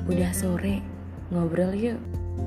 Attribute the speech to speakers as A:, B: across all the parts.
A: Udah sore, ngobrol yuk.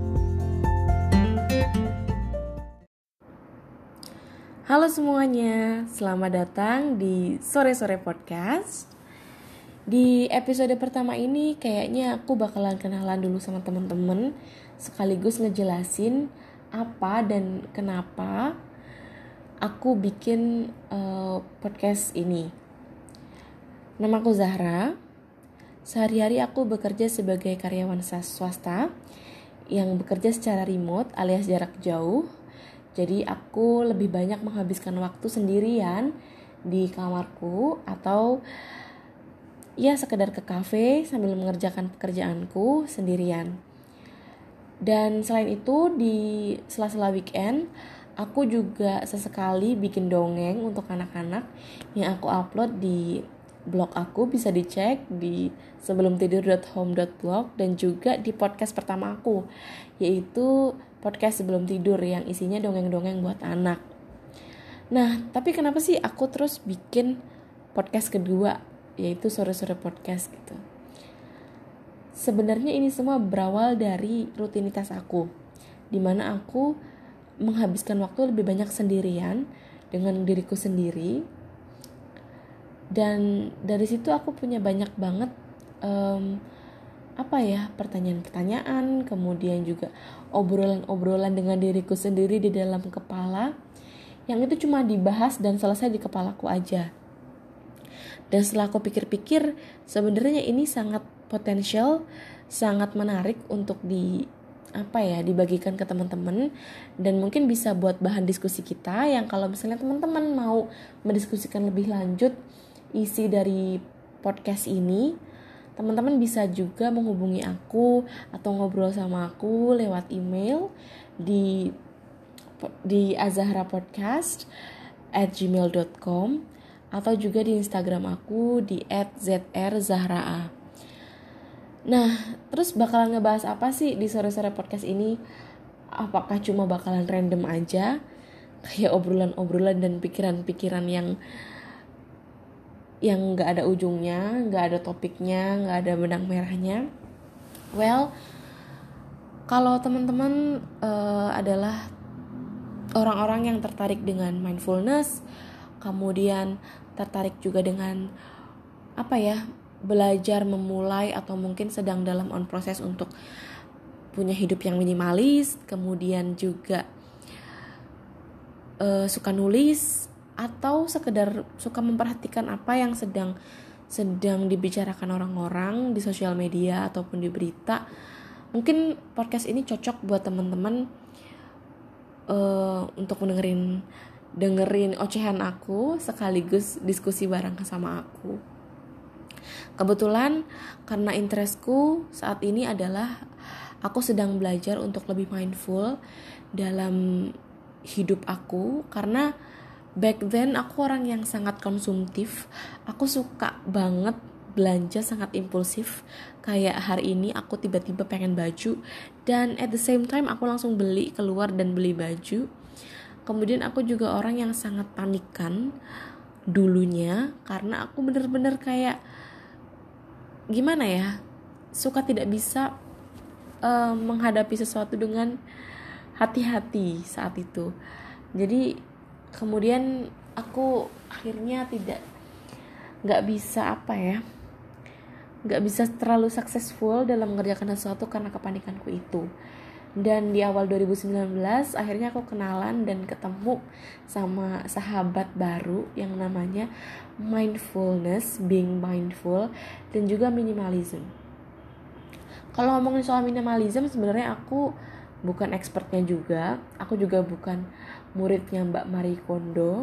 A: Halo semuanya, selamat datang di Sore-Sore Podcast. Di episode pertama ini kayaknya aku bakalan kenalan dulu sama teman-teman, sekaligus ngejelasin apa dan kenapa aku bikin podcast ini. Namaku Zahra. Sehari-hari aku bekerja sebagai karyawan swasta yang bekerja secara remote alias jarak jauh. Jadi aku lebih banyak menghabiskan waktu sendirian di kamarku atau ya sekedar ke kafe sambil mengerjakan pekerjaanku sendirian. Dan selain itu di sela-sela weekend aku juga sesekali bikin dongeng untuk anak-anak yang aku upload di blog aku, bisa dicek di sebelumtidur.home.blog dan juga di podcast pertama aku, yaitu podcast sebelum tidur yang isinya dongeng-dongeng buat anak. Nah, tapi kenapa sih aku terus bikin podcast kedua, yaitu Sore-Sore Podcast gitu? Sebenarnya ini semua berawal dari rutinitas aku, dimana aku menghabiskan waktu lebih banyak sendirian dengan diriku sendiri. Dan dari situ aku punya banyak banget pertanyaan-pertanyaan, kemudian juga obrolan-obrolan dengan diriku sendiri di dalam kepala, yang itu cuma dibahas dan selesai di kepalaku aja. Dan setelah aku pikir-pikir, sebenarnya ini sangat potensial, sangat menarik untuk dibagikan ke teman-teman, dan mungkin bisa buat bahan diskusi kita yang kalau misalnya teman-teman mau mendiskusikan lebih lanjut isi dari podcast ini, teman-teman bisa juga menghubungi aku atau ngobrol sama aku lewat email di azzahrapodcast@gmail.com atau juga di Instagram aku di @zrzahraa. Nah, terus bakalan ngebahas apa sih di Sore-Sore Podcast ini? Apakah cuma bakalan random aja, kayak obrolan-obrolan dan pikiran-pikiran yang gak ada ujungnya, gak ada topiknya, gak ada benang merahnya? Well, kalau teman-teman adalah orang-orang yang tertarik dengan mindfulness, kemudian tertarik juga dengan belajar memulai atau mungkin sedang dalam on proses untuk punya hidup yang minimalis, kemudian juga suka nulis atau sekedar suka memperhatikan apa yang sedang dibicarakan orang-orang di sosial media ataupun di berita, mungkin podcast ini cocok buat teman-teman untuk dengerin ocehan aku sekaligus diskusi bareng sama aku. Kebetulan karena interestku saat ini adalah aku sedang belajar untuk lebih mindful dalam hidup aku, karena back then aku orang yang sangat konsumtif. Aku suka banget belanja, sangat impulsif. Kayak hari ini aku tiba-tiba pengen baju, dan at the same time aku langsung keluar dan beli baju. Kemudian aku juga orang yang sangat panikan dulunya, karena aku bener-bener kayak suka tidak bisa menghadapi sesuatu dengan hati-hati saat itu. Jadi kemudian aku akhirnya nggak bisa terlalu successful dalam mengerjakan sesuatu karena kepanikanku itu. Dan di awal 2019 akhirnya aku kenalan dan ketemu sama sahabat baru yang namanya mindfulness, being mindful, dan juga minimalism. Kalau ngomongin soal minimalism, sebenarnya aku bukan expertnya juga. Aku juga bukan muridnya Mbak Marie Kondo.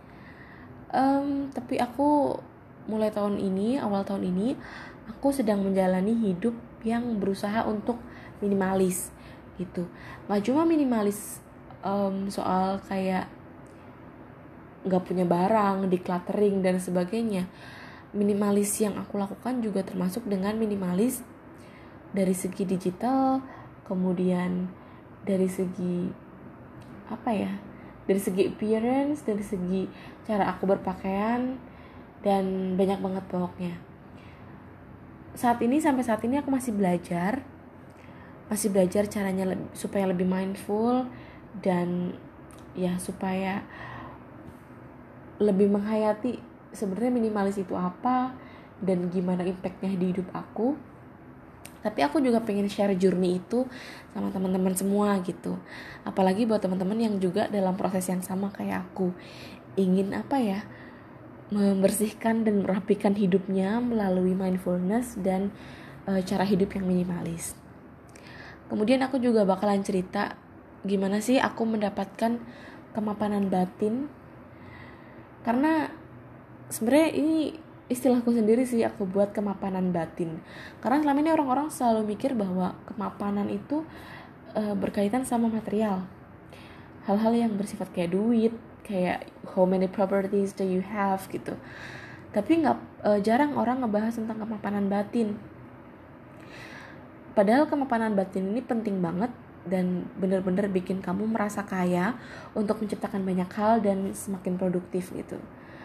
A: Tapi aku mulai awal tahun ini, aku sedang menjalani hidup yang berusaha untuk minimalis gitu. Gak cuma minimalis soal kayak gak punya barang, decluttering dan sebagainya. Minimalis yang aku lakukan juga termasuk dengan minimalis dari segi digital, kemudian dari segi dari segi appearance, dari segi cara aku berpakaian, dan banyak banget pokoknya. sampai saat ini aku masih belajar caranya supaya lebih mindful, dan ya supaya lebih menghayati sebenarnya minimalis itu apa dan gimana impactnya di hidup aku. Tapi aku juga pengen share journey itu sama teman-teman semua gitu, apalagi buat teman-teman yang juga dalam proses yang sama kayak aku, ingin membersihkan dan merapikan hidupnya melalui mindfulness dan cara hidup yang minimalis. Kemudian aku juga bakalan cerita gimana sih aku mendapatkan kemapanan batin, karena sebenarnya ini istilahku sendiri sih, aku buat kemapanan batin. Karena selama ini orang-orang selalu mikir bahwa kemapanan itu berkaitan sama material, hal-hal yang bersifat kayak duit, kayak how many properties do you have gitu. Tapi jarang orang ngebahas tentang kemapanan batin. Padahal kemapanan batin ini penting banget dan benar-benar bikin kamu merasa kaya untuk menciptakan banyak hal dan semakin produktif gitu.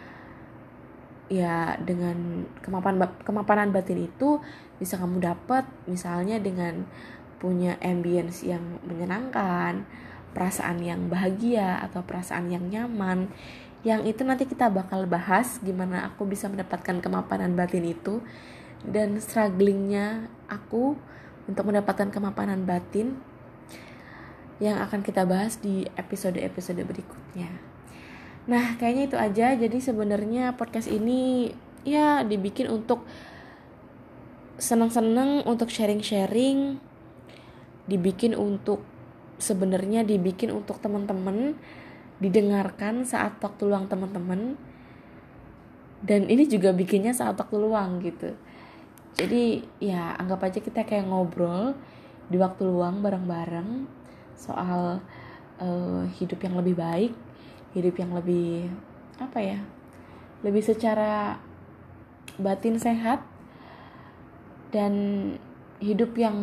A: Ya, dengan kemapanan batin itu bisa kamu dapat misalnya dengan punya ambience yang menyenangkan, perasaan yang bahagia atau perasaan yang nyaman. Yang itu nanti kita bakal bahas gimana aku bisa mendapatkan kemapanan batin itu dan strugglingnya aku untuk mendapatkan kemapanan batin, yang akan kita bahas di episode-episode berikutnya. Nah, kayaknya itu aja. Jadi sebenarnya podcast ini ya dibikin untuk senang-senang, untuk sharing-sharing, dibikin untuk teman-teman, didengarkan saat waktu luang teman-teman. Dan ini juga bikinnya saat waktu luang gitu. Jadi ya anggap aja kita kayak ngobrol di waktu luang bareng-bareng soal hidup yang lebih baik, hidup yang lebih lebih secara batin sehat, dan hidup yang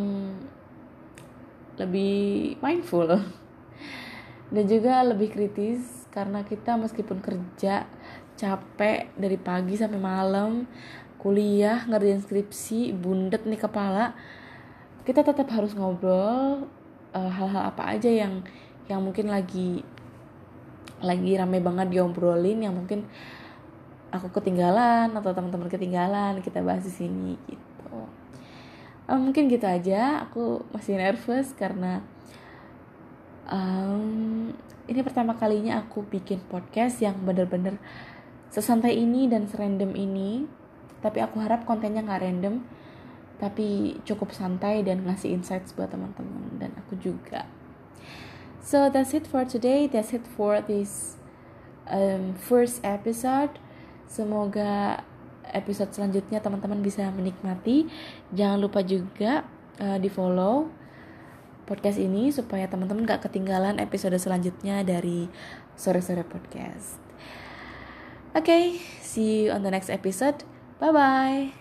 A: lebih mindful dan juga lebih kritis, karena kita meskipun kerja capek dari pagi sampai malam, kuliah, ngerjain skripsi, bundet nih kepala, kita tetap harus ngobrol hal-hal apa aja yang mungkin lagi rame banget diobrolin, yang mungkin aku ketinggalan atau teman-teman ketinggalan, kita bahas di sini gitu. Mungkin gitu aja. Aku masih nervous karena ini pertama kalinya aku bikin podcast yang bener-bener sesantai ini dan serandom ini. Tapi aku harap kontennya gak random, tapi cukup santai dan ngasih insights buat teman-teman dan aku juga. So that's it for today. That's it for this first episode. Semoga episode selanjutnya teman-teman bisa menikmati. Jangan lupa juga di follow podcast ini supaya teman-teman gak ketinggalan episode selanjutnya dari Sore-Sore Podcast. Okay, see you on the next episode. Bye-bye.